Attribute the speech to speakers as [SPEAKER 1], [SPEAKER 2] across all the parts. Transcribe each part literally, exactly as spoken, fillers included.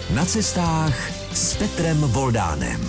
[SPEAKER 1] Na cestách s Petrem Voldánem.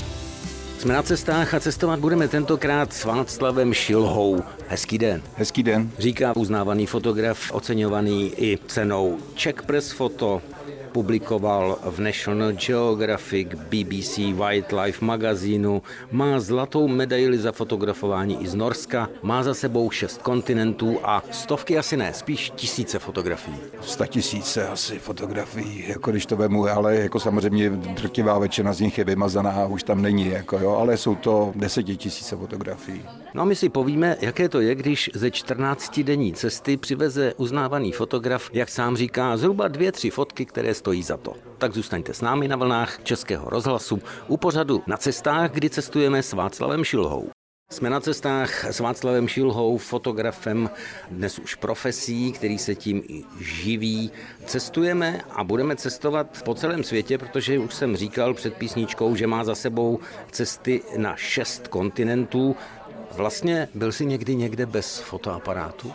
[SPEAKER 2] Jsme na cestách a cestovat budeme tentokrát s Václavem Šilhou. Hezký den.
[SPEAKER 3] Hezký den.
[SPEAKER 2] Říká uznávaný fotograf, oceňovaný i cenou Czech Press Photo. Publikoval v National Geographic, B B C Wildlife magazínu, má zlatou medaili za fotografování i z Norska, má za sebou šest kontinentů a stovky asi ne, spíš tisíce fotografií.
[SPEAKER 3] Sta tisíce asi fotografií, jako když to vemu, ale jako samozřejmě drtivá většina z nich je vymazaná, už tam není, jako jo, ale jsou to desetitisíce fotografií.
[SPEAKER 2] No a my si povíme, jaké to je, když ze čtrnáctidenní cesty přiveze uznávaný fotograf, jak sám říká, zhruba dvě, tři fotky, které stojí za to. Tak zůstaňte s námi na vlnách Českého rozhlasu u pořadu Na cestách, kdy cestujeme s Václavem Šilhou. Jsme na cestách s Václavem Šilhou, fotografem, dnes už profesí, který se tím i živí. Cestujeme a budeme cestovat po celém světě, protože už jsem říkal před písničkou, že má za sebou cesty na šest kontinentů. Vlastně byl jsi někdy někde bez fotoaparátu?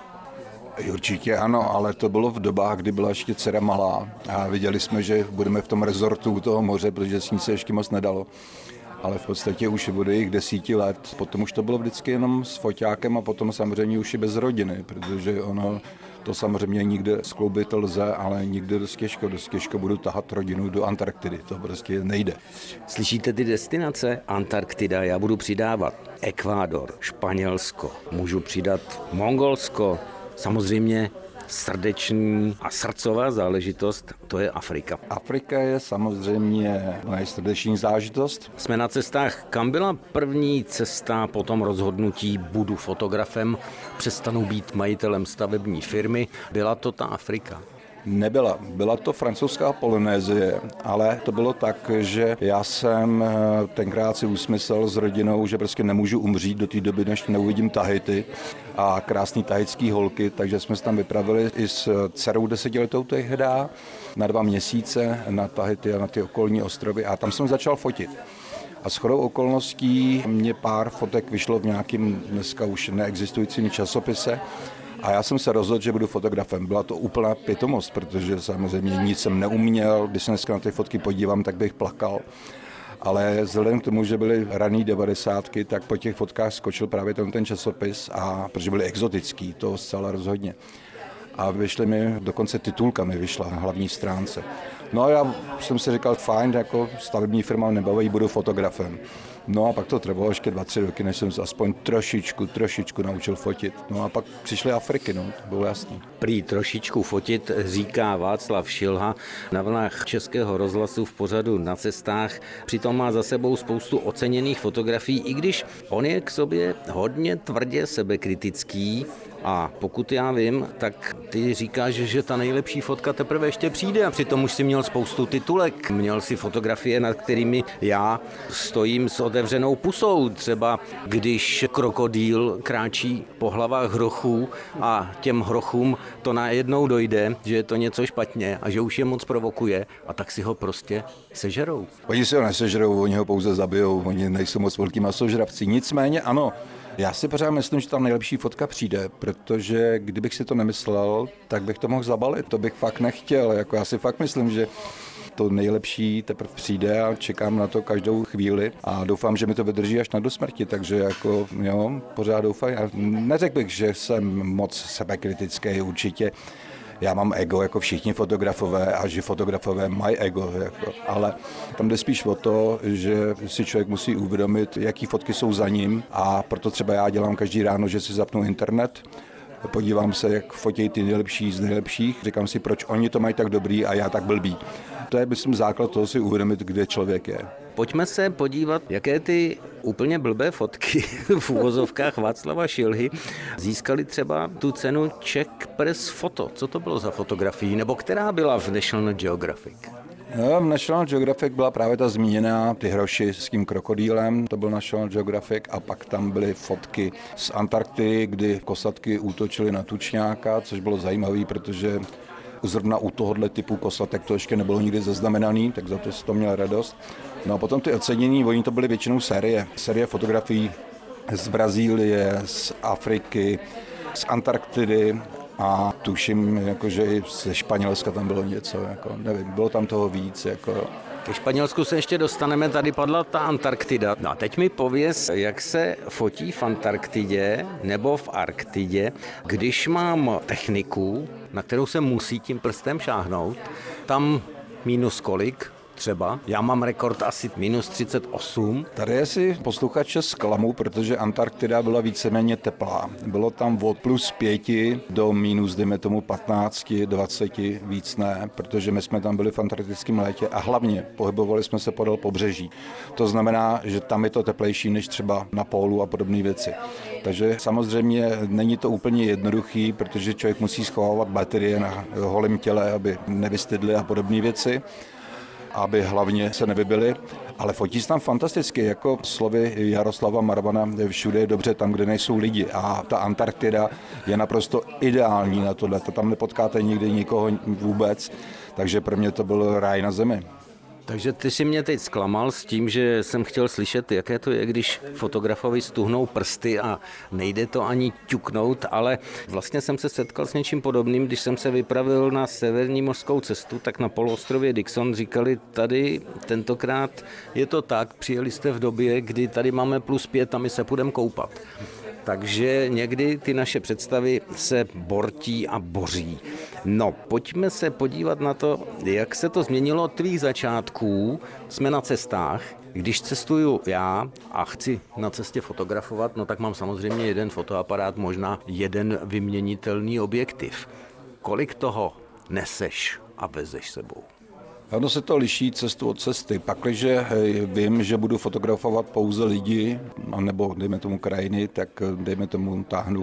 [SPEAKER 3] Určitě ano, ale to bylo v dobách, kdy byla ještě dcera malá a viděli jsme, že budeme v tom rezortu u toho moře, protože s ní se ještě moc nedalo. Ale v podstatě už bude jich desíti let. Potom už to bylo vždycky jenom s foťákem a potom samozřejmě už i bez rodiny, protože ono to samozřejmě nikde skloubit lze, ale nikde dost těžko. Dost těžko budu tahat rodinu do Antarktidy, to prostě nejde.
[SPEAKER 2] Slyšíte ty destinace? Antarktida, já budu přidávat Ekvádor, Španělsko, můžu přidat Mongolsko, samozřejmě srdeční a srdcová záležitost, to je Afrika.
[SPEAKER 3] Afrika je samozřejmě nejsrdeční záležitost.
[SPEAKER 2] Jsme na cestách. Kam byla první cesta po tom rozhodnutí, budu fotografem, přestanu být majitelem stavební firmy? Byla to ta Afrika?
[SPEAKER 3] Nebyla. Byla to francouzská Polynézie, ale to bylo tak, že já jsem tenkrát si usmyslel s rodinou, že prostě nemůžu umřít do té doby, než neuvidím Tahiti a krásný tahitský holky, takže jsme se tam vypravili i s dcerou desetiletou tehdy na dva měsíce na Tahiti a na ty okolní ostrovy a tam jsem začal fotit. A shodou okolností mě pár fotek vyšlo v nějakým dneska už neexistujícím časopise. A já jsem se rozhodl, že budu fotografem. Byla to úplná pitomost, protože samozřejmě nic jsem neuměl. Když se dneska na ty fotky podívám, tak bych plakal. Ale vzhledem k tomu, že byly raný devadesátky, tak po těch fotkách skočil právě ten, ten časopis, a protože byly exotický, to zcela rozhodně. A vyšly mi, dokonce titulka mi vyšla na hlavní stránce. No a já jsem si říkal, fajn, jako stavební firma nebaví, budu fotografem. No a pak to trvalo ještě dva, tři roky, než jsem se aspoň trošičku, trošičku naučil fotit. No a pak přišly Afriky, no, to bylo jasný.
[SPEAKER 2] Prý trošičku fotit, říká Václav Šilha na vlnách Českého rozhlasu v pořadu Na cestách. Přitom má za sebou spoustu oceněných fotografií, i když on je k sobě hodně tvrdě sebekritický. A pokud já vím, tak ty říkáš, že ta nejlepší fotka teprve ještě přijde a přitom už si měl spoustu titulek. Měl si fotografie, nad kterými já stojím s otevřenou pusou. Třeba když krokodýl kráčí po hlavách hrochů a těm hrochům to najednou dojde, že je to něco špatně a že už je moc provokuje a tak si ho prostě sežerou.
[SPEAKER 3] Oni si ho nesežerou, oni ho pouze zabijou, oni nejsou moc velký masožravci. Nicméně ano, já si pořád myslím, že tam nejlepší fotka přijde, protože kdybych si to nemyslel, tak bych to mohl zabalit, to bych fakt nechtěl. Jako já si fakt myslím, že to nejlepší teprve přijde a čekám na to každou chvíli a doufám, že mi to vydrží až na do smrti, takže jako jo, pořád doufám. Neřekl bych, že jsem moc sebekritický určitě. Já mám ego jako všichni fotografové a že fotografové mají ego, jako, ale tam jde spíš o to, že si člověk musí uvědomit, jaký fotky jsou za ním a proto třeba já dělám každý ráno, že si zapnu internet, podívám se, jak fotí ty nejlepší z nejlepších, říkám si, proč oni to mají tak dobrý a já tak blbý. To je, myslím, základ toho si uvědomit, kde člověk je.
[SPEAKER 2] Pojďme se podívat, jaké ty úplně blbé fotky v uvozovkách Václava Šilhy získaly třeba tu cenu Czech Press Photo. Co to bylo za fotografii, nebo která byla v National Geographic?
[SPEAKER 3] No, v National Geographic byla právě ta zmíněná, ty hroši s tím krokodýlem, to byl National Geographic, a pak tam byly fotky z Antarktidy, kdy kosatky útočily na tučňáka, což bylo zajímavé, protože zrovna u tohohle typu kosatek to ještě nebylo nikdy zaznamenaný, tak za to si to měl radost. No a potom ty ocenění, oni to byly většinou série, série fotografií z Brazílie, z Afriky, z Antarktidy a tuším, jako, že i ze Španělska tam bylo něco, jako, nevím, bylo tam toho víc. Jako.
[SPEAKER 2] Ke Španělsku se ještě dostaneme, tady padla ta Antarktida. No a teď mi pověz, jak se fotí v Antarktidě nebo v Arktidě, když mám techniku, na kterou se musí tím prstem šáhnout, tam minus kolik? Třeba. Já mám rekord asi minus třicet osm.
[SPEAKER 3] Tady asi posluchače zklamu, protože Antarktida byla víceméně teplá. Bylo tam od plus pěti do minus, dejme tomu patnácti, dvaceti, víc ne, protože my jsme tam byli v antarktickém létě a hlavně pohybovali jsme se podél pobřeží. To znamená, že tam je to teplejší než třeba na pólu a podobné věci. Takže samozřejmě není to úplně jednoduchý, protože člověk musí schovávat baterie na holém těle, aby nevystydly a podobné věci, aby hlavně se nevybily, ale fotí se tam fantasticky, jako slovy Jaroslava Marvana, všude je dobře tam, kde nejsou lidi a ta Antarktida je naprosto ideální na tohle, to tam nepotkáte nikdy nikoho vůbec, takže pro mě to byl ráj na zemi.
[SPEAKER 2] Takže ty si mě teď zklamal s tím, že jsem chtěl slyšet, jaké to je, když fotografovi stuhnou prsty a nejde to ani ťuknout, ale vlastně jsem se setkal s něčím podobným, když jsem se vypravil na severní mořskou cestu, tak na poloostrově Dixon říkali, tady tentokrát je to tak, přijeli jste v době, kdy tady máme plus pět a my se půjdeme koupat. Takže někdy ty naše představy se bortí a boří. No, pojďme se podívat na to, jak se to změnilo od tvých začátků. Jsme na cestách. Když cestuju já a chci na cestě fotografovat, no tak mám samozřejmě jeden fotoaparát, možná jeden vyměnitelný objektiv. Kolik toho neseš a vezeš sebou?
[SPEAKER 3] Ono se to liší cestu od cesty. Pakliže vím, že budu fotografovat pouze lidi, nebo dejme tomu krajiny, tak dejme tomu táhnu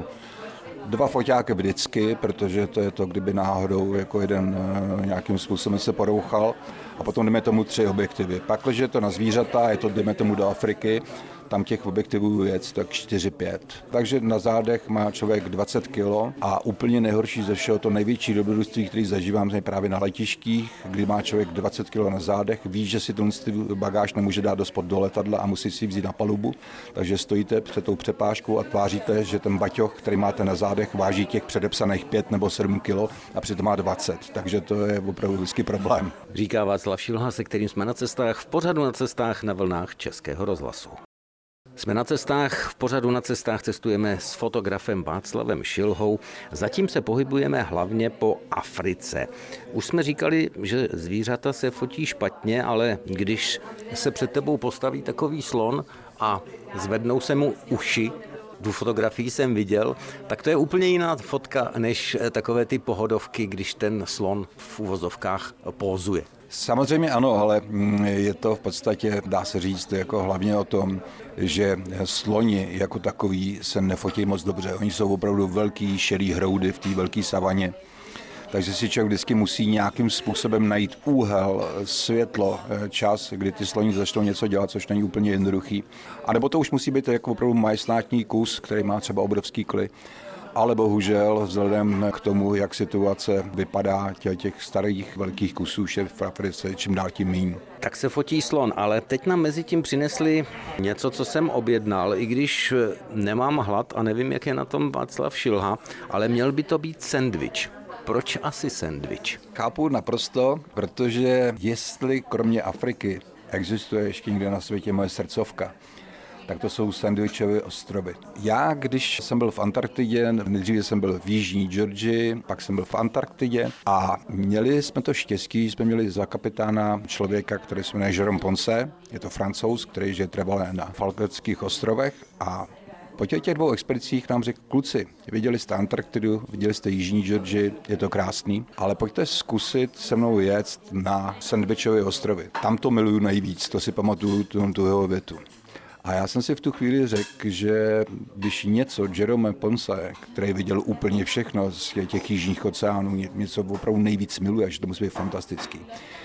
[SPEAKER 3] dva foťáky vždycky, protože to je to, kdyby náhodou jako jeden nějakým způsobem se porouchal. A potom dejme tomu tři objektivy. Pakliže je to na zvířata, je to dejme tomu do Afriky, tam těch objektivů je tak čtyři pět. Takže na zádech má člověk dvacet kilo a úplně nejhorší ze všeho, to největší dobrodružství, který zažívám, je právě na letištích, kdy má člověk dvacet kilo na zádech, ví, že si ten bagáž nemůže dát do spod do letadla a musí si vzít na palubu, takže stojíte před tou přepážkou a tváříte, že ten baťoch, který máte na zádech, váží těch předepsaných pět nebo sedm kilo a přitom má dvacet, takže to je opravdu vždycky problém.
[SPEAKER 2] Říká Václav Šilha, se kterým jsme na cestách v pořadu Na cestách na vlnách Českého rozhlasu. Jsme na cestách, v pořadu Na cestách cestujeme s fotografem Václavem Šilhou. Zatím se pohybujeme hlavně po Africe. Už jsme říkali, že zvířata se fotí špatně, ale když se před tebou postaví takový slon a zvednou se mu uši, tu fotografii jsem viděl, tak to je úplně jiná fotka, než takové ty pohodovky, když ten slon v uvozovkách pózuje.
[SPEAKER 3] Samozřejmě ano, ale je to v podstatě, dá se říct, jako hlavně o tom, že sloni jako takový se nefotí moc dobře. Oni jsou opravdu velký šedý hroudy v té velké savaně. Takže si člověk vždycky musí nějakým způsobem najít úhel, světlo, čas, kdy ty sloni začnou něco dělat, což není úplně jednoduchý. A nebo to už musí být jako opravdu majestátní kus, který má třeba obrovský kly. Ale bohužel vzhledem k tomu, jak situace vypadá těch starých velkých kusů v Africe, čím dál tím míň.
[SPEAKER 2] Tak se fotí slon, ale teď nám mezi tím přinesli něco, co jsem objednal, i když nemám hlad a nevím, jak je na tom Václav Šilha, ale měl by to být sendvič. Proč asi sendvič?
[SPEAKER 3] Chápu naprosto, protože jestli kromě Afriky existuje ještě někde na světě moje srdcovka, tak to jsou Sandwichové ostrovy. Já, když jsem byl v Antarktidě, nejdříve jsem byl v jižní Georgii, pak jsem byl v Antarktidě a měli jsme to štěstí, jsme měli za kapitána člověka, který se jmenuje Jérôme Ponce, je to Francouz, který žije trvale na Falklandských ostrovech a po těch dvou expedicích nám řekl, kluci, viděli jste Antarktidu, viděli jste jižní Georgii, je to krásný, ale pojďte zkusit se mnou jet na Sandwichové ostrovy. Tam to miluju nejvíc, to si pamatuju tu, tu jeho větu. A já jsem si v tu chvíli řekl, že když něco Jérôme Ponce, který viděl úplně všechno z těch jižních oceánů, něco opravdu nejvíc miluje, že to musí být fantastický.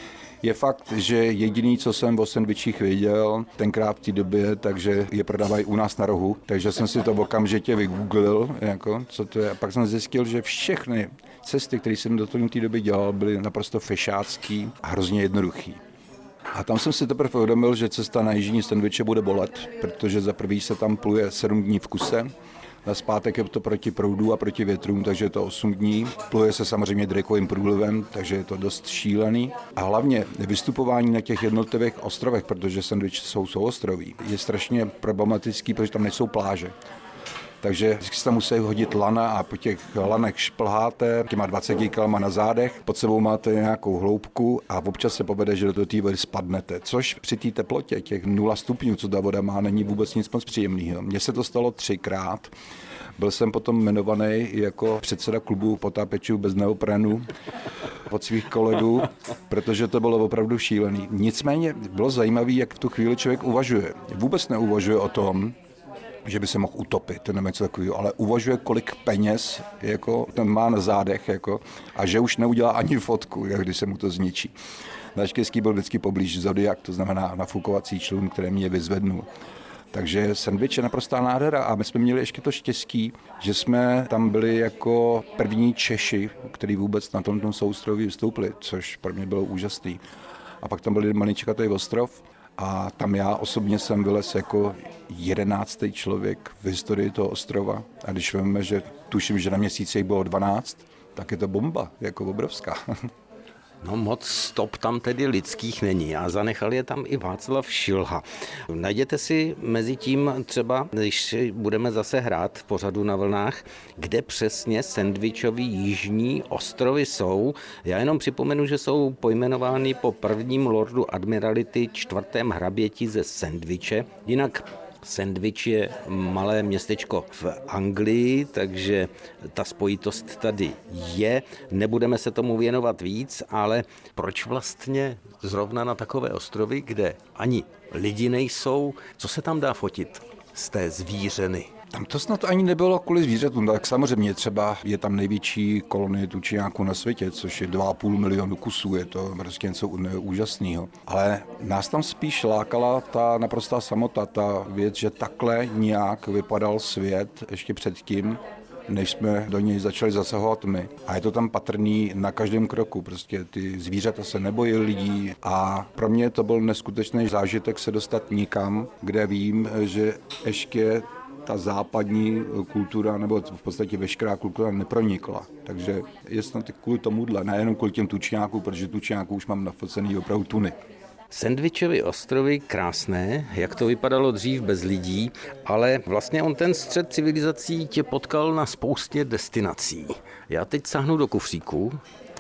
[SPEAKER 3] Je fakt, že jediný, co jsem o sendvičích viděl tenkrát v té době, takže je prodávají u nás na rohu, takže jsem si to okamžitě vygooglil, jako, co to je. A pak jsem zjistil, že všechny cesty, které jsem do té doby dělal, byly naprosto fešácký a hrozně jednoduchý. A tam jsem si teprve uvědomil, že cesta na jižní sendviče bude bolet, protože za prvý se tam pluje sedm dní v kuse Na zpátek je to proti proudu a proti větrům, takže je to osm dní. Pluje se samozřejmě Drakeovým průlivem, takže je to dost šílený. A hlavně vystupování na těch jednotlivých ostrovech, protože Sandwich jsou souostroví, je strašně problematický, protože tam nejsou pláže. Takže vždycky se tam musí hodit lana a po těch lanech šplháte těma dvaceti kilama na zádech, pod sebou máte nějakou hloubku a občas se povede, že do té vody spadnete, což při té teplotě těch nula stupňů, co ta voda má, není vůbec nic moc příjemného. Mně se to stalo třikrát. Byl jsem potom jmenovaný jako předseda klubu potápěčů bez neoprenu od svých kolegů, protože to bylo opravdu šílený. Nicméně bylo zajímavé, jak v tu chvíli člověk uvažuje. Vůbec neuvažuje o tom, že by se mohl utopit, nebo něco takového, ale uvažuje, kolik peněz jako, ten má na zádech jako, a že už neudělá ani fotku, jak když se mu to zničí. Naštěstí byl vždycky poblíž Zodiac, to znamená nafukovací člun, který mě vyzvednul. Takže Sandwich je naprostá nádhera a my jsme měli ještě to štěstí, že jsme tam byli jako první Češi, kteří vůbec na tomto souostroví vystoupili, což pro mě bylo úžasný. A pak tam byl maličkatý ostrov a tam já osobně jsem vylez jako jedenáctý člověk v historii toho ostrova. A když víme, že tuším, že na měsíci bylo dvanáct, tak je to bomba, jako obrovská.
[SPEAKER 2] No moc stop tam tedy lidských není a zanechal je tam i Václav Šilha. Najděte si mezi tím třeba, když budeme zase hrát v pořadu Na vlnách, kde přesně Sandwichovy jižní ostrovy jsou. Já jenom připomenu, že jsou pojmenovány po prvním lordu admirality čtvrtém hraběti ze Sandwiche, jinak Sandwich je malé městečko v Anglii, takže ta spojitost tady je. Nebudeme se tomu věnovat víc, ale proč vlastně zrovna na takové ostrovy, kde ani lidi nejsou, co se tam dá fotit z té zvířeny?
[SPEAKER 3] Tam to snad ani nebylo kvůli zvířatům, tak samozřejmě třeba je tam největší kolonie tučňáků na světě, což je dva a půl milionu kusů, je to prostě něco úžasného. Ale nás tam spíš lákala ta naprostá samota, ta věc, že takhle nějak vypadal svět ještě předtím, než jsme do něj začali zasahovat my. A je to tam patrný na každém kroku, prostě ty zvířata se nebojí lidí a pro mě to byl neskutečný zážitek se dostat nikam, kde vím, že ještě ta západní kultura, nebo v podstatě veškerá kultura nepronikla. Takže je snad kvůli tomuhle, nejenom kvůli těm tučňákům, protože tučňáků už mám nafocený opravdu tuny.
[SPEAKER 2] Sandwichovy ostrovy krásné, jak to vypadalo dřív bez lidí, ale vlastně on ten střed civilizací tě potkal na spoustě destinací. Já teď sáhnu do kufříku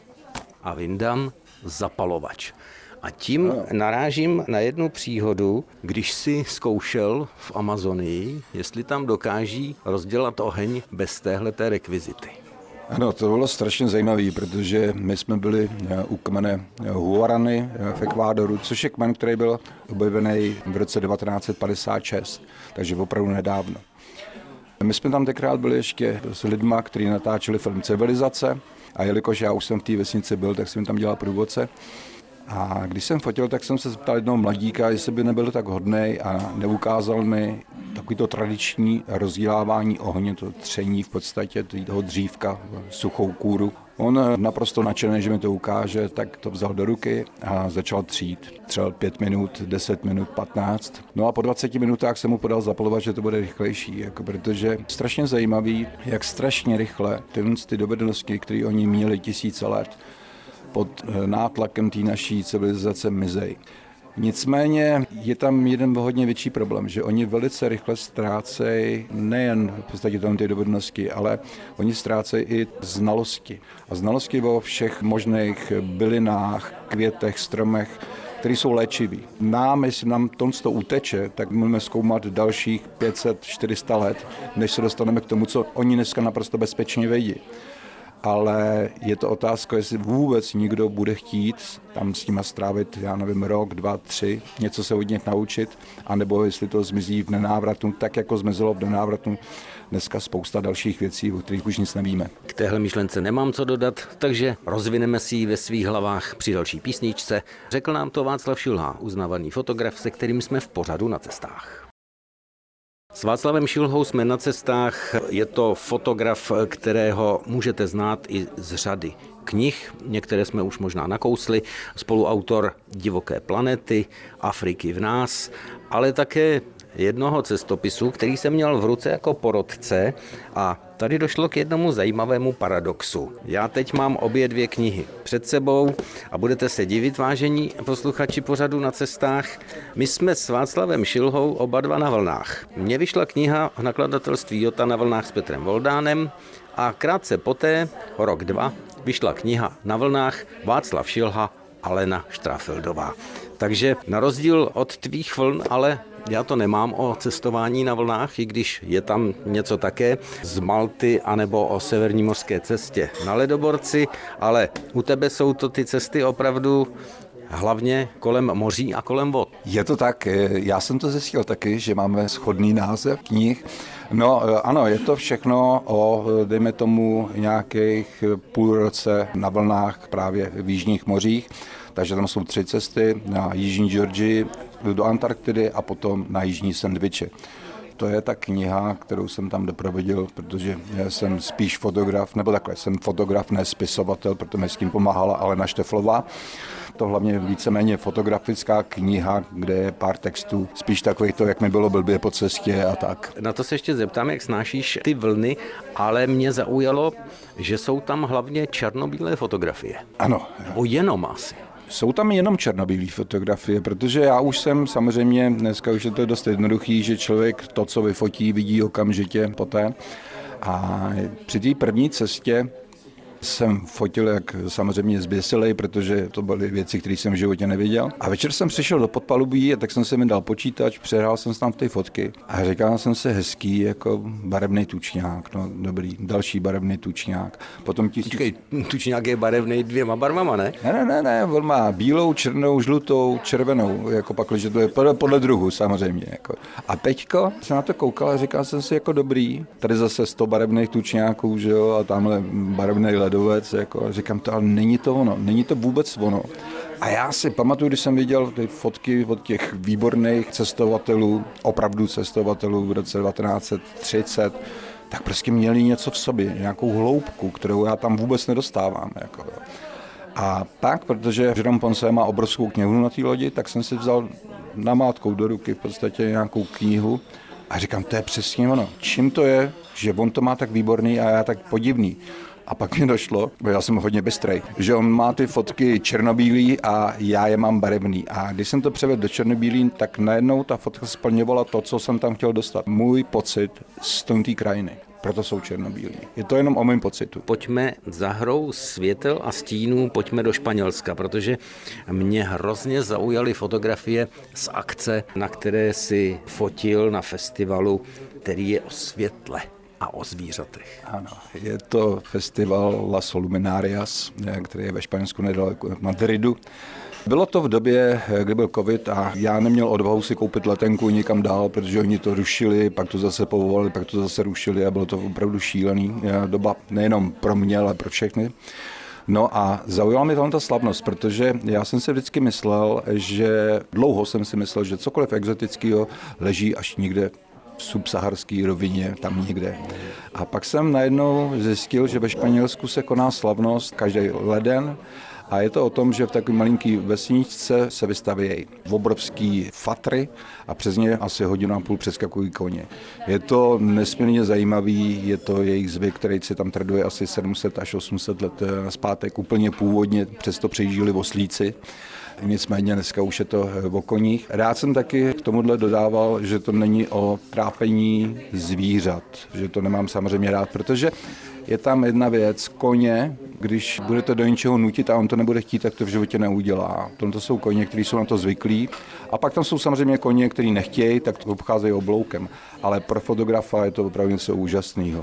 [SPEAKER 2] a vyndám zapalovač. A tím narážím na jednu příhodu, když si zkoušel v Amazonii, jestli tam dokáží rozdělat oheň bez téhleté rekvizity.
[SPEAKER 3] Ano, to bylo strašně zajímavé, protože my jsme byli u kmene Huarany v Ekvádoru, což je kmen, který byl objevený v roce devatenáct set padesát šest, takže opravdu nedávno. My jsme tam tenkrát byli ještě s lidma, kteří natáčeli film Civilizace a jelikož já už jsem v té vesnici byl, tak jsem tam dělal průvodce. A když jsem fotil, tak jsem se zeptal jednoho mladíka, jestli by nebyl tak hodnej a neukázal mi takovýto tradiční rozdělávání ohně, to tření v podstatě toho dřívka, suchou kůru. On naprosto nadšený, že mi to ukáže, tak to vzal do ruky a začal třít. Třeba pět minut, deset minut, patnáct. No a po dvaceti minutách jsem mu podal zapalovat, že to bude rychlejší, jako protože strašně zajímavý, jak strašně rychle tyhle ty dovednosti, které oni měli tisíce let, pod nátlakem té naší civilizace mizej. Nicméně je tam jeden hodně větší problém, že oni velice rychle ztrácejí nejen v podstatě tam ty dovednosti, ale oni ztrácejí i znalosti. A znalosti o všech možných bylinách, květech, stromech, které jsou léčivý. Nám, jestli nám to uteče, tak můžeme zkoumat dalších pět set čtyři sta let, než se dostaneme k tomu, co oni dneska naprosto bezpečně vědí. Ale je to otázka, jestli vůbec nikdo bude chtít tam s nima strávit, já nevím, rok, dva, tři, něco se od nich naučit, anebo jestli to zmizí v nenávratu, tak jako zmizelo v nenávratu dneska spousta dalších věcí, o kterých už nic nevíme.
[SPEAKER 2] K téhle myšlence nemám co dodat, takže rozvineme si ji ve svých hlavách při další písničce. Řekl nám to Václav Šilha, uznávaný fotograf, se kterým jsme v pořadu Na cestách. S Václavem Šilhou jsme na cestách, je to fotograf, kterého můžete znát i z řady knih, některé jsme už možná nakousli, spoluautor Divoké planety, Afriky v nás, ale také jednoho cestopisu, který jsem měl v ruce jako porodce a tady došlo k jednomu zajímavému paradoxu. Já teď mám obě dvě knihy před sebou a budete se divit, vážení posluchači pořadu Na cestách. My jsme s Václavem Šilhou oba dva na vlnách. Mně vyšla kniha v nakladatelství Jota Na vlnách s Petrem Voldánem a krátce poté, rok dva, vyšla kniha Na vlnách Václav Šilha, Alena Štrafeldová. Takže na rozdíl od tvých vln, ale já to nemám o cestování na vlnách, i když je tam něco také z Malty anebo o severní mořské cestě na ledoborci, ale u tebe jsou to ty cesty opravdu hlavně kolem moří a kolem vod.
[SPEAKER 3] Je to tak, já jsem to zjistil taky, že máme shodný název knih. No ano, je to všechno o, dejme tomu, nějakých půl roce na vlnách právě v jižních mořích. Takže tam jsou tři cesty na jižní Georgii, do Antarktidy a potom na jižní Sandviče. To je ta kniha, kterou jsem tam doprovodil, protože já jsem spíš fotograf, nebo takhle, jsem fotograf, ne spisovatel, proto mi s tím pomáhala Alena Šteflová. To hlavně víceméně fotografická kniha, kde je pár textů, spíš takových to, jak mi bylo blbě po cestě a tak.
[SPEAKER 2] Na to se ještě zeptám, jak snášíš ty vlny, ale mě zaujalo, že jsou tam hlavně černobílé fotografie.
[SPEAKER 3] Ano.
[SPEAKER 2] Nebo jenom asi.
[SPEAKER 3] Jsou tam jenom černobílé fotografie, protože já už jsem samozřejmě, dneska už je to dost jednoduchý, že člověk to, co vyfotí, vidí okamžitě poté. A při té první cestě jsem fotil jak samozřejmě zběsilej, protože to byly věci, které jsem v životě neviděl. A večer jsem přišel do podpalubí a tak jsem si mi dal počítač, přehrál jsem tam ty fotky a říkal jsem si hezký jako barevný tučňák, no dobrý, další barevný tučňák. Potom ti...
[SPEAKER 2] Počkej, tučňák je barevný dvěma barvama, ne?
[SPEAKER 3] Ne, ne, ne, ne, on má bílou, černou, žlutou, červenou, jako pak, že to je podle, podle druhu samozřejmě. Jako. A teďko jsem na to koukal a říkal jsem si jako dobrý, tady zase sto barevných tučňáků, že jo, a tamhle barevný ledovec, jako, a říkám to, ale není to ono, není to vůbec ono. A já si pamatuju, když jsem viděl ty fotky od těch výborných cestovatelů, opravdu cestovatelů v roce devatenáct set třicet, tak prostě měli něco v sobě, nějakou hloubku, kterou já tam vůbec nedostávám. Jako. A pak, protože Jérôme Poncet má obrovskou knihu na té lodi, tak jsem si vzal namátkou do ruky v podstatě nějakou knihu a říkám, to je přesně ono. Čím to je, že on to má tak výborný a já tak podivný. A pak mi došlo, bo já jsem hodně bystrej, že on má ty fotky černobílý a já je mám barevný. A když jsem to převedl do černobílý, tak najednou ta fotka splňovala to, co jsem tam chtěl dostat. Můj pocit z té krajiny. Proto jsou černobílí. Je to jenom o mém pocitu.
[SPEAKER 2] Pojďme za hrou světel a stínů, pojďme do Španělska, protože mě hrozně zaujaly fotografie z akce, na které si fotil na festivalu, který je o světle a o zvířatech.
[SPEAKER 3] Ano, je to festival Las Luminarias, který je ve Španělsku nedaleko Madridu. Bylo to v době, kdy byl covid a já neměl odvahu si koupit letenku nikam dál, protože oni to rušili, pak to zase povolili, pak to zase rušili a bylo to opravdu šílený doba, nejenom pro mě, ale pro všechny. No a zaujala mi tato slavnost, protože já jsem si vždycky myslel, že dlouho jsem si myslel, že cokoliv exotického leží až někde v subsaharské rovině, tam někde. A pak jsem najednou zjistil, že ve Španělsku se koná slavnost každý leden a je to o tom, že v takové malinký vesničce se vystavějí obrovský fatry a přes ně asi hodinu a půl přeskakují koně. Je to nesmírně zajímavý, je to jejich zvyk, který se tam traduje asi sedm set až osm set let nazpátek, úplně původně, přesto přejížděli oslíci. Nicméně dneska už je to o koních. Rád jsem taky k tomuhle dodával, že to není o trápení zvířat, že to nemám samozřejmě rád, protože je tam jedna věc, koně, když budete do něčeho nutit a on to nebude chtít, tak to v životě neudělá. To jsou koně, kteří jsou na to zvyklí. A pak tam jsou samozřejmě koně, kteří nechtějí, tak to obcházejí obloukem. Ale pro fotografa je to opravdu něco úžasného.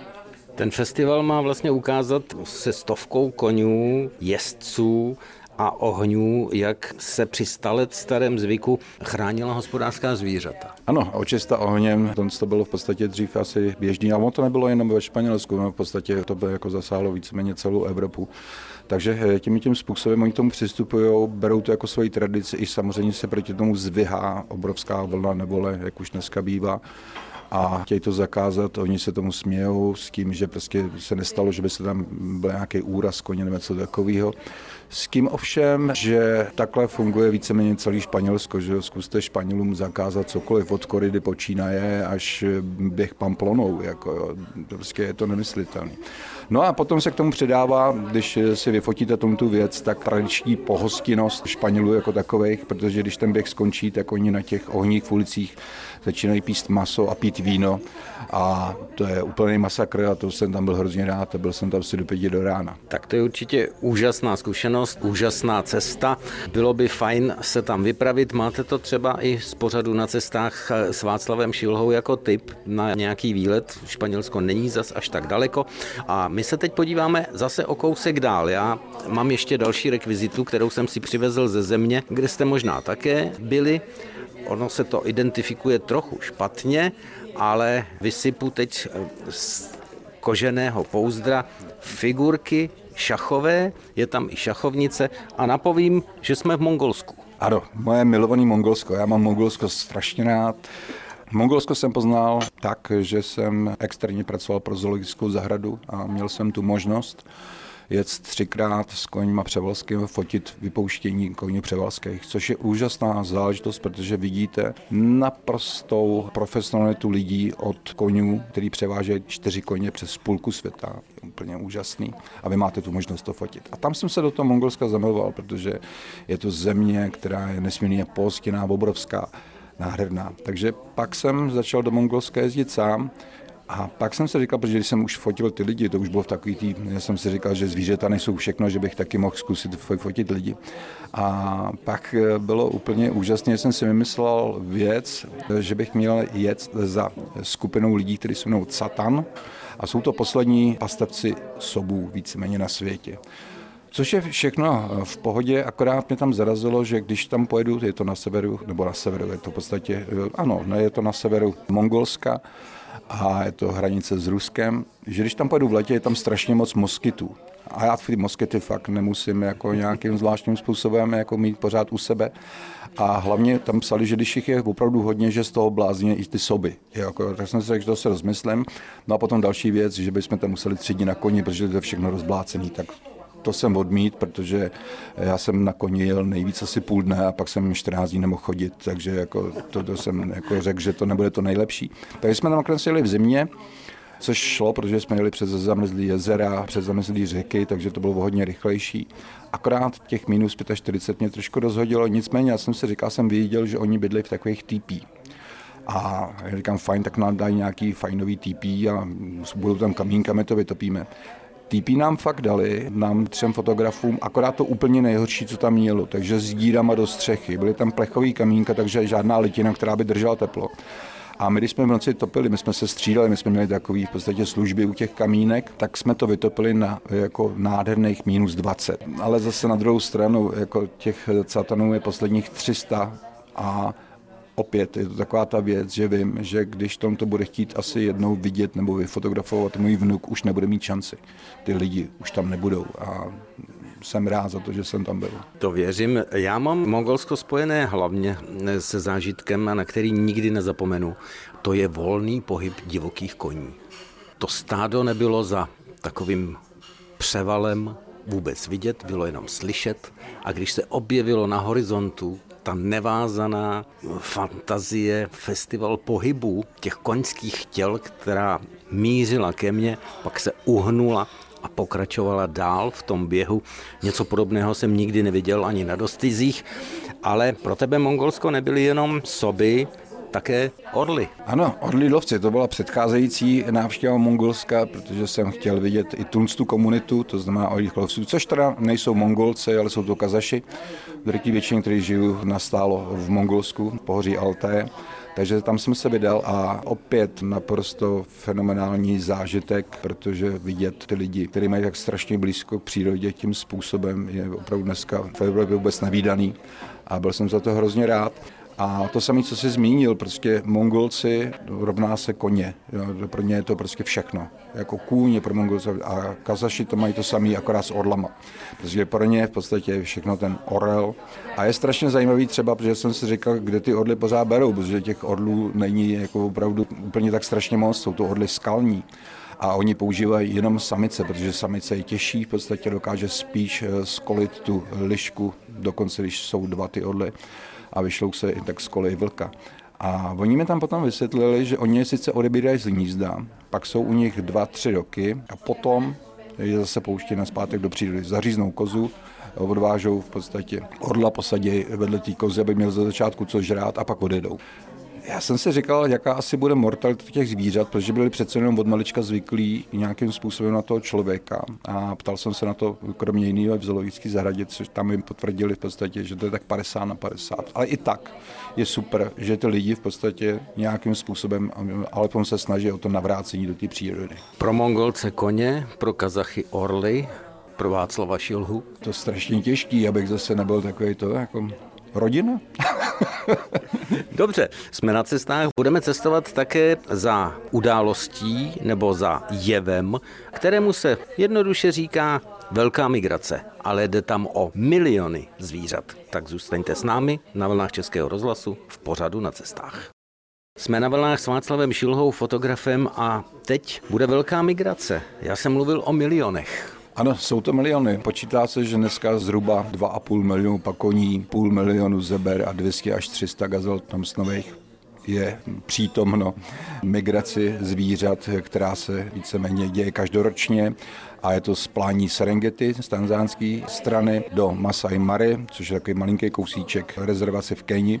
[SPEAKER 2] Ten festival má vlastně ukázat se stovkou konňů, jezdců a ohňů, jak se při sta let starém zvyku chránila hospodářská zvířata.
[SPEAKER 3] Ano, očista ohněm, to bylo v podstatě dřív asi běžný, a ono to nebylo jenom ve Španělsku, no v podstatě to by jako zasáhlo víceméně celou Evropu. Takže tím tím způsobem oni k tomu přistupují, berou to jako svoji tradici, i samozřejmě se proti tomu zvyhá obrovská vlna nevole, jak už dneska bývá. A chtějí to zakázat, oni se tomu smějou s tím, že prostě se nestalo, že by se tam byl nějaký úraz koně nebo něco takového. S tím ovšem, že takhle funguje víceméně celý Španělsko, že zkuste Španělům zakázat cokoliv od koridy počínaje až běh Pamplonou, jako prostě je to nemyslitelné. No a potom se k tomu přidává, když si vyfotíte tomu tu věc, tak tradiční pohostinnost Španělů jako takových, protože když ten běh skončí, tak oni na těch ohních v ulicích začínají píst maso a pít víno a to je úplný masakr a to jsem tam byl hrozně rád a byl jsem tam asi do pěti do rána.
[SPEAKER 2] Tak to je určitě úžasná zkušenost, úžasná cesta. Bylo by fajn se tam vypravit. Máte to třeba i z pořadu Na cestách s Václavem Šilhou jako tip na nějaký výlet. Španělsko není zas až tak daleko. A my se teď podíváme zase o kousek dál. Já mám ještě další rekvizitu, kterou jsem si přivezl ze země, kde jste možná také byli. Ono se to identifikuje trochu špatně, ale vysypu teď z koženého pouzdra figurky šachové, je tam i šachovnice a napovím, že jsme v Mongolsku.
[SPEAKER 3] Ano, moje milovaný Mongolsko. Já mám Mongolsko strašně rád. Mongolsko jsem poznal tak, že jsem externě pracoval pro zoologickou zahradu a měl jsem tu možnost jet třikrát s koňma převalským, fotit vypouštění koní převalských, což je úžasná záležitost, protože vidíte naprostou profesionalitu lidí od koňů, který převážejí čtyři koně přes půlku světa. Je úplně úžasný a vy máte tu možnost to fotit. A tam jsem se do toho Mongolska zamiloval, protože je to země, která je nesmírně pohostinná, obrovská, nádherná. Takže pak jsem začal do Mongolska jezdit sám. A pak jsem si říkal, protože když jsem už fotil ty lidi, to už bylo v takový tý, já jsem si říkal, že zvířata nejsou všechno, že bych taky mohl zkusit fotit lidi. A pak bylo úplně úžasné, že jsem si vymyslel věc, že bych měl jet za skupinou lidí, kteří se jmenují Catan a jsou to poslední pastevci sobů víceméně na světě. Což je všechno v pohodě, akorát mě tam zarazilo, že když tam pojedu, je to na severu, nebo na severu, je to v podstatě, ano, ne, je to na severu Mongolska, a je to hranice s Ruskem, že když tam pojedu v letě, je tam strašně moc moskytů. A já ty moskyty fakt nemusím jako nějakým zvláštním způsobem jako mít pořád u sebe. A hlavně tam psali, že když jich je opravdu hodně, že z toho blázně i ty soby. Jako, tak jsem si řekl, že to se rozmyslím. No a potom další věc, že bychom tam museli tři dny na koni, protože to je všechno rozblácený. Tak to jsem odmít, protože já jsem na koni jel nejvíc asi půl dne a pak jsem čtrnáct dní nemohl chodit, takže jako to, to jsem jako řekl, že to nebude to nejlepší. Takže jsme tam nakonec jeli v zimě, což šlo, protože jsme jeli přes zamrzlý jezera, přes zamrzlý řeky, takže to bylo hodně rychlejší. Akorát těch minus čtyřicet pět mě trošku rozhodilo, nicméně já jsem si říkal, jsem viděl, že oni bydli v takových tipí. A já říkám, fajn, tak nám dají nějaký fajnový tipí a budou tam kamínka, my to vytopíme. Týpí nám fakt dali, nám třem fotografům, akorát to úplně nejhorší, co tam mělo, takže s dírama do střechy. Byly tam plechový kamínka, takže žádná litina, která by držela teplo. A my, když jsme v noci topili, my jsme se střídali, my jsme měli takový v podstatě služby u těch kamínek, tak jsme to vytopili na jako nádherných minus dvacet. Ale zase na druhou stranu, jako těch Catanů je posledních tři sta a opět je to taková ta věc, že vím, že když tom to bude chtít asi jednou vidět nebo vyfotografovat, můj vnuk už nebude mít šanci. Ty lidi už tam nebudou a jsem rád za to, že jsem tam byl.
[SPEAKER 2] To věřím. Já mám Mongolsko spojené hlavně se zážitkem, na který nikdy nezapomenu. To je volný pohyb divokých koní. To stádo nebylo za takovým převalem vůbec vidět, bylo jenom slyšet a když se objevilo na horizontu ta nevázaná fantazie, festival pohybů těch koňských těl, která mířila ke mně, pak se uhnula a pokračovala dál v tom běhu. Něco podobného jsem nikdy neviděl ani na dostizích, ale pro tebe Mongolsko nebyly jenom soby, také orly.
[SPEAKER 3] Ano, orlí lovci, to byla předcházející návštěva Mongolska, protože jsem chtěl vidět i tu komunitu, to znamená orlích lovců, což teda nejsou Mongolci, ale jsou to Kazaši, drtí většině, kteří žijí nastálo v Mongolsku, pohoří Alté. Takže tam jsem se vydal a opět naprosto fenomenální zážitek, protože vidět ty lidi, kteří mají tak strašně blízko k přírodě tím způsobem, je opravdu dneska v Evropě vůbec nevídaný a byl jsem za to hrozně rád. A to samé, co jsi zmínil, prostě Mongolci rovná se koně. Jo, pro ně je to prostě všechno. Jako kůň je pro Mongolce a Kazaši to mají to samé, akorát s orlama. Protože pro ně v podstatě je všechno ten orel. A je strašně zajímavý třeba, protože jsem si říkal, kde ty orly pořád berou, protože těch orlů není jako opravdu úplně tak strašně moc, jsou to orly skalní. a oni používají jenom samice, protože samice je těžší, v podstatě dokáže spíš skolit tu lišku, dokonce když jsou dva ty orly a vyšlou se tak skolí vlka. A oni mi tam potom vysvětlili, že oni je sice odebírají z hnízda, pak jsou u nich dva, tři roky a potom je zase pouští nazpátek do přírody. Zaříznou kozu, odvážou v podstatě orla, posadí vedle té kozy, aby měl za začátku co žrát a pak odjedou. Já jsem si říkal, jaká asi bude mortalita těch zvířat, protože byli přece jenom od malička zvyklí nějakým způsobem na toho člověka. A ptal jsem se na to kromě jiného v zoologické zahradě, což tam jim potvrdili v podstatě, že to je tak padesát na padesát. Ale i tak je super, že ty lidi v podstatě nějakým způsobem, alespoň se snaží o to navrácení do té přírody.
[SPEAKER 2] Pro Mongolce koně, pro Kazachy orly, pro Václava Šilhu.
[SPEAKER 3] To je strašně těžký, abych zase nebyl takový to jako rodina.
[SPEAKER 2] Dobře, jsme na cestách, budeme cestovat také za událostí nebo za jevem, kterému se jednoduše říká velká migrace, ale jde tam o miliony zvířat. Tak zůstaňte s námi na vlnách Českého rozhlasu v pořadu Na cestách. Jsme na vlnách s Václavem Šilhou, fotografem, a teď bude velká migrace. Já jsem mluvil o milionech.
[SPEAKER 3] Ano, jsou to miliony. Počítá se, že dneska zhruba dva a půl milionu pakoní, půl milionu zeber a dvě stě až tři sta gazel tam snových je přítomno migraci zvířat, která se víceméně děje každoročně. A je to z plání Serengeti z tanzánské strany do Masai Mary, což je takový malinký kousíček rezervace v Keni.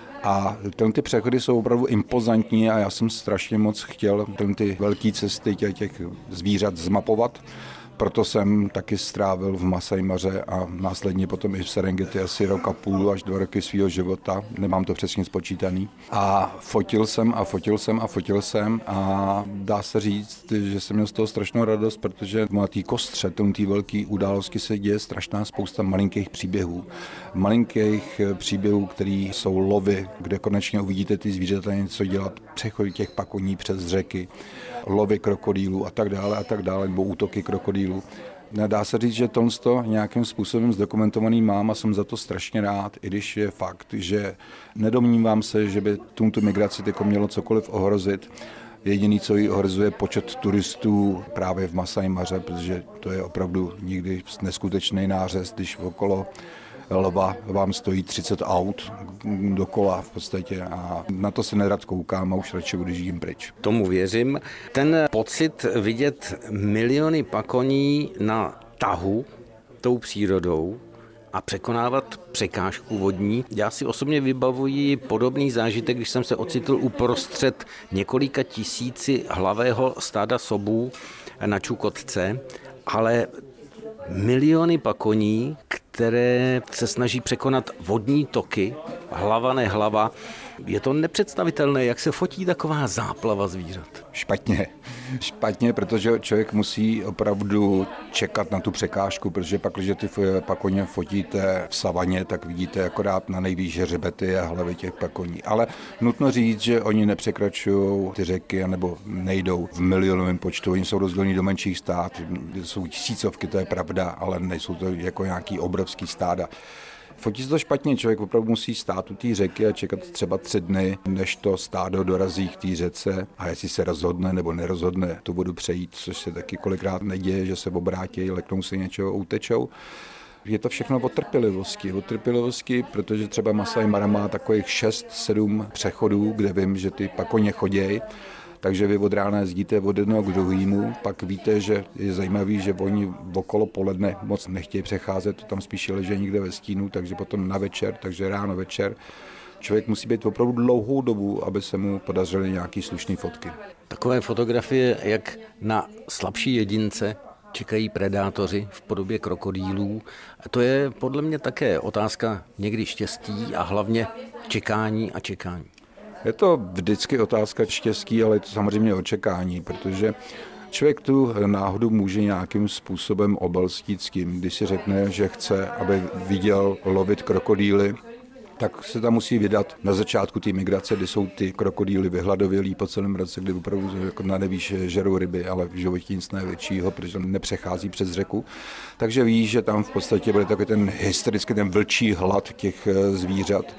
[SPEAKER 3] A ty přechody jsou opravdu impozantní a já jsem strašně moc chtěl ty velké cesty těch, těch zvířat zmapovat. Proto jsem taky strávil v Masai Maře a následně potom i v Serengeti asi rok a půl až dva roky svého života. Nemám to přesně spočítaný. A fotil jsem a fotil jsem a fotil jsem a dá se říct, že jsem měl z toho strašnou radost, protože na té kostře, té velké události se děje strašná spousta malinkých příběhů. Malinkých příběhů, které jsou lovy, kde konečně uvidíte ty zvířata něco dělat, přechody těch pakoní přes řeky, lovy krokodýlů a tak dále a tak dále, nebo útoky krokodýlů. Dá se říct, že tohle nějakým způsobem zdokumentovaný mám a jsem za to strašně rád, i když je fakt, že nedomnívám se, že by tuto migraci tyko mělo cokoliv ohrozit. Jediný, co ji ohrozuje, počet turistů právě v Masai Maře, protože to je opravdu nikdy neskutečný nářez, když okolo lva vám stojí třicet aut dokola v podstatě a na to se nerad koukám a už radši odjíždím pryč.
[SPEAKER 2] Tomu věřím. Ten pocit vidět miliony pakoní na tahu tou přírodou a překonávat překážku vodní. Já si osobně vybavuji podobný zážitek, když jsem se ocitl uprostřed několika tisíci hlavého stáda sobů na Čukotce, ale miliony pakoní, které se snaží překonat vodní toky, hlava nehlava. Je to nepředstavitelné, jak se fotí taková záplava zvířat.
[SPEAKER 3] Špatně. Špatně, protože člověk musí opravdu čekat na tu překážku, protože pak, když ty pakoně fotíte v savaně, tak vidíte akorát na nejvýš hřbety a hlavy těch pakoní. Ale nutno říct, že oni nepřekračují ty řeky nebo nejdou v milionovém počtu. Oni jsou rozdělení do menších stát, jsou tisícovky, to je pravda, ale nejsou to jako nějaký obrovský stáda. Fotí se to špatně, člověk opravdu musí stát u té řeky a čekat třeba tři dny, než to stádo dorazí k té řece a jestli se rozhodne nebo nerozhodne tu vodu přejít, což se taky kolikrát neděje, že se obrátí, leknou se něčeho, utečou. Je to všechno o trpělivosti, o trpělivosti, protože třeba Masai Mara má takových šest sedm přechodů, kde vím, že ty pakoně chodějí. Takže vy od rána jezdíte od jednoho k druhému, pak víte, že je zajímavý, že oni okolo poledne moc nechtějí přecházet, to tam spíš leží někde ve stínu, takže potom na večer, takže ráno večer. Člověk musí být opravdu dlouhou dobu, aby se mu podařily nějaký slušné fotky.
[SPEAKER 2] Takové fotografie, jak na slabší jedince čekají predátoři v podobě krokodýlů. To je podle mě také otázka někdy štěstí a hlavně čekání a čekání.
[SPEAKER 3] Je to vždycky otázka štěstí, ale je to samozřejmě očekání, protože člověk tu náhodu může nějakým způsobem obelstít s tím, když si řekne, že chce, aby viděl lovit krokodýly, tak se tam musí vydat na začátku té migrace, kdy jsou ty krokodýly vyhladovělí po celém roce, kdy opravdu jako na nevíš žerou ryby, ale v životě nic největšího, protože nepřechází přes řeku. Takže víš, že tam v podstatě bude takový ten hysterický, ten vlčí hlad těch zvířat.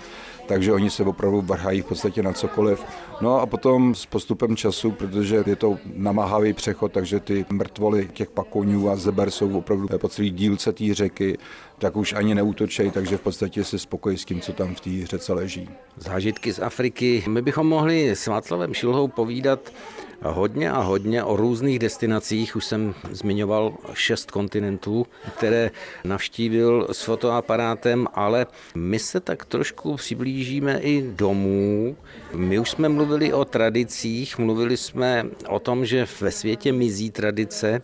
[SPEAKER 3] takže oni se opravdu vrhají v podstatě na cokoliv. No a potom s postupem času, protože je to namáhavý přechod, takže ty mrtvoly těch pakoňů a zeber jsou opravdu po celý dílce té řeky, tak už ani neútočej, takže v podstatě se spokojí s tím, co tam v té řece leží.
[SPEAKER 2] Zážitky z Afriky. My bychom mohli s Václavem Šilhou povídat hodně a hodně o různých destinacích. Už jsem zmiňoval šest kontinentů, které navštívil s fotoaparátem, ale my se tak trošku přiblížíme i domů. My už jsme mluvili o tradicích, mluvili jsme o tom, že ve světě mizí tradice.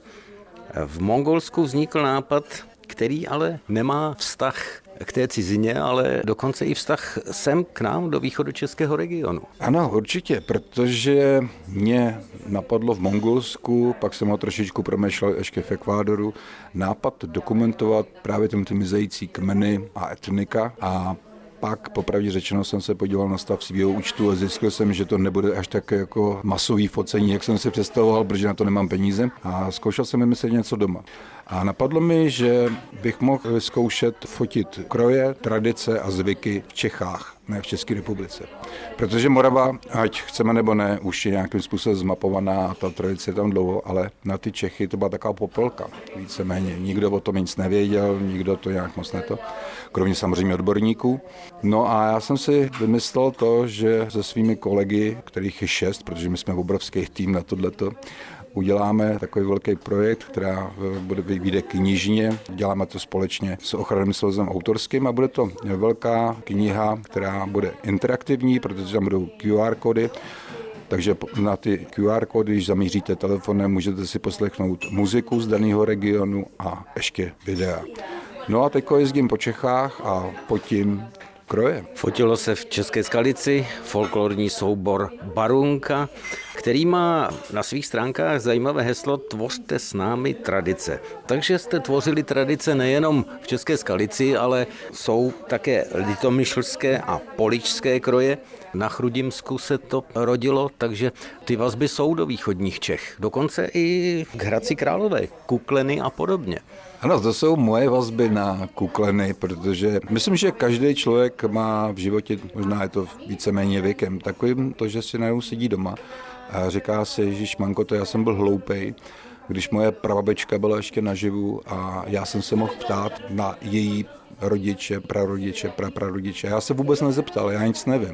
[SPEAKER 2] V Mongolsku vznikl nápad, který ale nemá vztah k té cizině, ale dokonce i vztah sem k nám do východočeského regionu.
[SPEAKER 3] Ano, určitě, protože mě napadlo v Mongolsku, pak jsem ho trošičku promýšlel ještě v Ekvádoru, nápad dokumentovat právě ty mizející kmeny a etnika a pak popravdě řečeno jsem se podíval na stav svého účtu a zjistil jsem, že to nebude až tak jako masový focení, jak jsem si představoval, protože na to nemám peníze a zkoušel jsem vymyslet něco doma. A napadlo mi, že bych mohl vyzkoušet fotit kroje, tradice a zvyky v Čechách, ne v České republice. Protože Morava, ať chceme nebo ne, už je nějakým způsobem zmapovaná a ta tradice je tam dlouho, ale na ty Čechy to byla taková popelka, víceméně. Nikdo o tom nic nevěděl, nikdo to nějak moc neto, kromě samozřejmě odborníků. No a já jsem si vymyslel to, že se svými kolegy, kterých je šest, protože my jsme obrovský tým na tohleto, uděláme takový velký projekt, která bude vyjde knižně, děláme to společně s ochranným svazem autorským a bude to velká kniha, která bude interaktivní, protože tam budou Q R kódy, takže na ty Q R kódy, když zamíříte telefonem, můžete si poslechnout muziku z daného regionu a ještě videa. No a teď jezdím po Čechách a potím kroje.
[SPEAKER 2] Fotilo se v České Skalici folklorní soubor Barunka, který má na svých stránkách zajímavé heslo Tvořte s námi tradice. Takže jste tvořili tradice nejenom v České Skalici, ale jsou také litomyšlské a poličské kroje. Na Chrudimsku se to rodilo, takže ty vazby jsou do východních Čech. Dokonce i k Hradci Králové, Kukleny a podobně.
[SPEAKER 3] Ano, to jsou moje vazby na kukleny, protože myslím, že každý člověk má v životě, možná je to víceméně věkem, takovým to, že si najednou sedí doma a říká si, Ježíš Manko, to já jsem byl hloupej, když moje prababička byla ještě naživu a já jsem se mohl ptát na její rodiče, prarodiče, praprarodiče. Já se vůbec nezeptal, já nic nevím.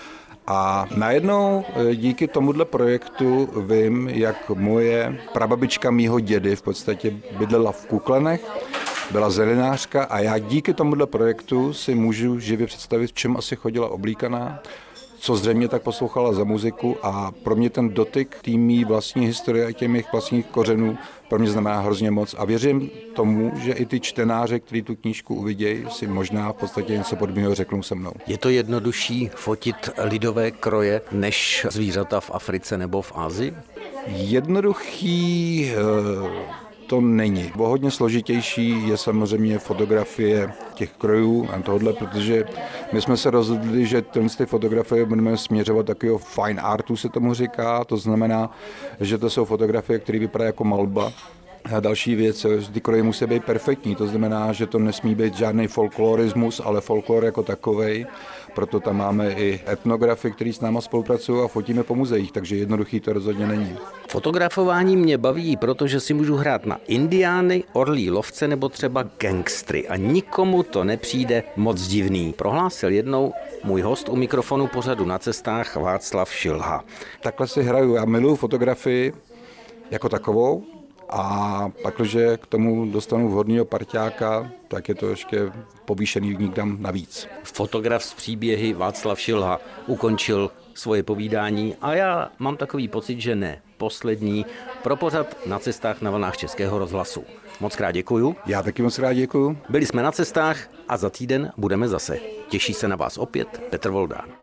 [SPEAKER 3] A najednou díky tomuhle projektu vím, jak moje prababička mýho dědy v podstatě bydlela v Kuklenech, byla zelinářka a já díky tomuhle projektu si můžu živě představit, v čem asi chodila oblíkaná, co zřejmě tak poslouchala za muziku a pro mě ten dotyk té mý vlastní historie a těch mých vlastních kořenů pro mě znamená hrozně moc a věřím tomu, že i ty čtenáři, kteří tu knížku uvidějí, si možná v podstatě něco podobného řeknou se mnou.
[SPEAKER 2] Je to jednodušší fotit lidové kroje než zvířata v Africe nebo v Asii?
[SPEAKER 3] Jednoduchý to není. O hodně složitější je samozřejmě fotografie těch krojů a tohle, protože my jsme se rozhodli, že ty fotografie budeme směřovat takového fine artu, se tomu říká, to znamená, že to jsou fotografie, které vypadají jako malba. A další věc, ty kroje musí být perfektní, to znamená, že to nesmí být žádný folklorismus, ale folklor jako takovej. Proto tam máme i etnografy, kteří s náma spolupracují a fotíme po muzeích, takže jednoduchý to rozhodně není.
[SPEAKER 2] Fotografování mě baví, protože si můžu hrát na indiány, orlí lovce nebo třeba gangstry a nikomu to nepřijde moc divný, prohlásil jednou můj host u mikrofonu pořadu Na cestách Václav Šilha.
[SPEAKER 3] Takhle si hraju, já miluji fotografii jako takovou, a pak, když k tomu dostanu vhodného parťáka, tak je to ještě povýšený někam navíc.
[SPEAKER 2] Fotograf z příběhy Václav Šilha ukončil svoje povídání a já mám takový pocit, že ne poslední pro pořad Na cestách na vlnách Českého rozhlasu. Moc krát děkuju.
[SPEAKER 3] Já taky moc krát děkuju.
[SPEAKER 2] Byli jsme na cestách a za týden budeme zase. Těší se na vás opět Petr Voldán.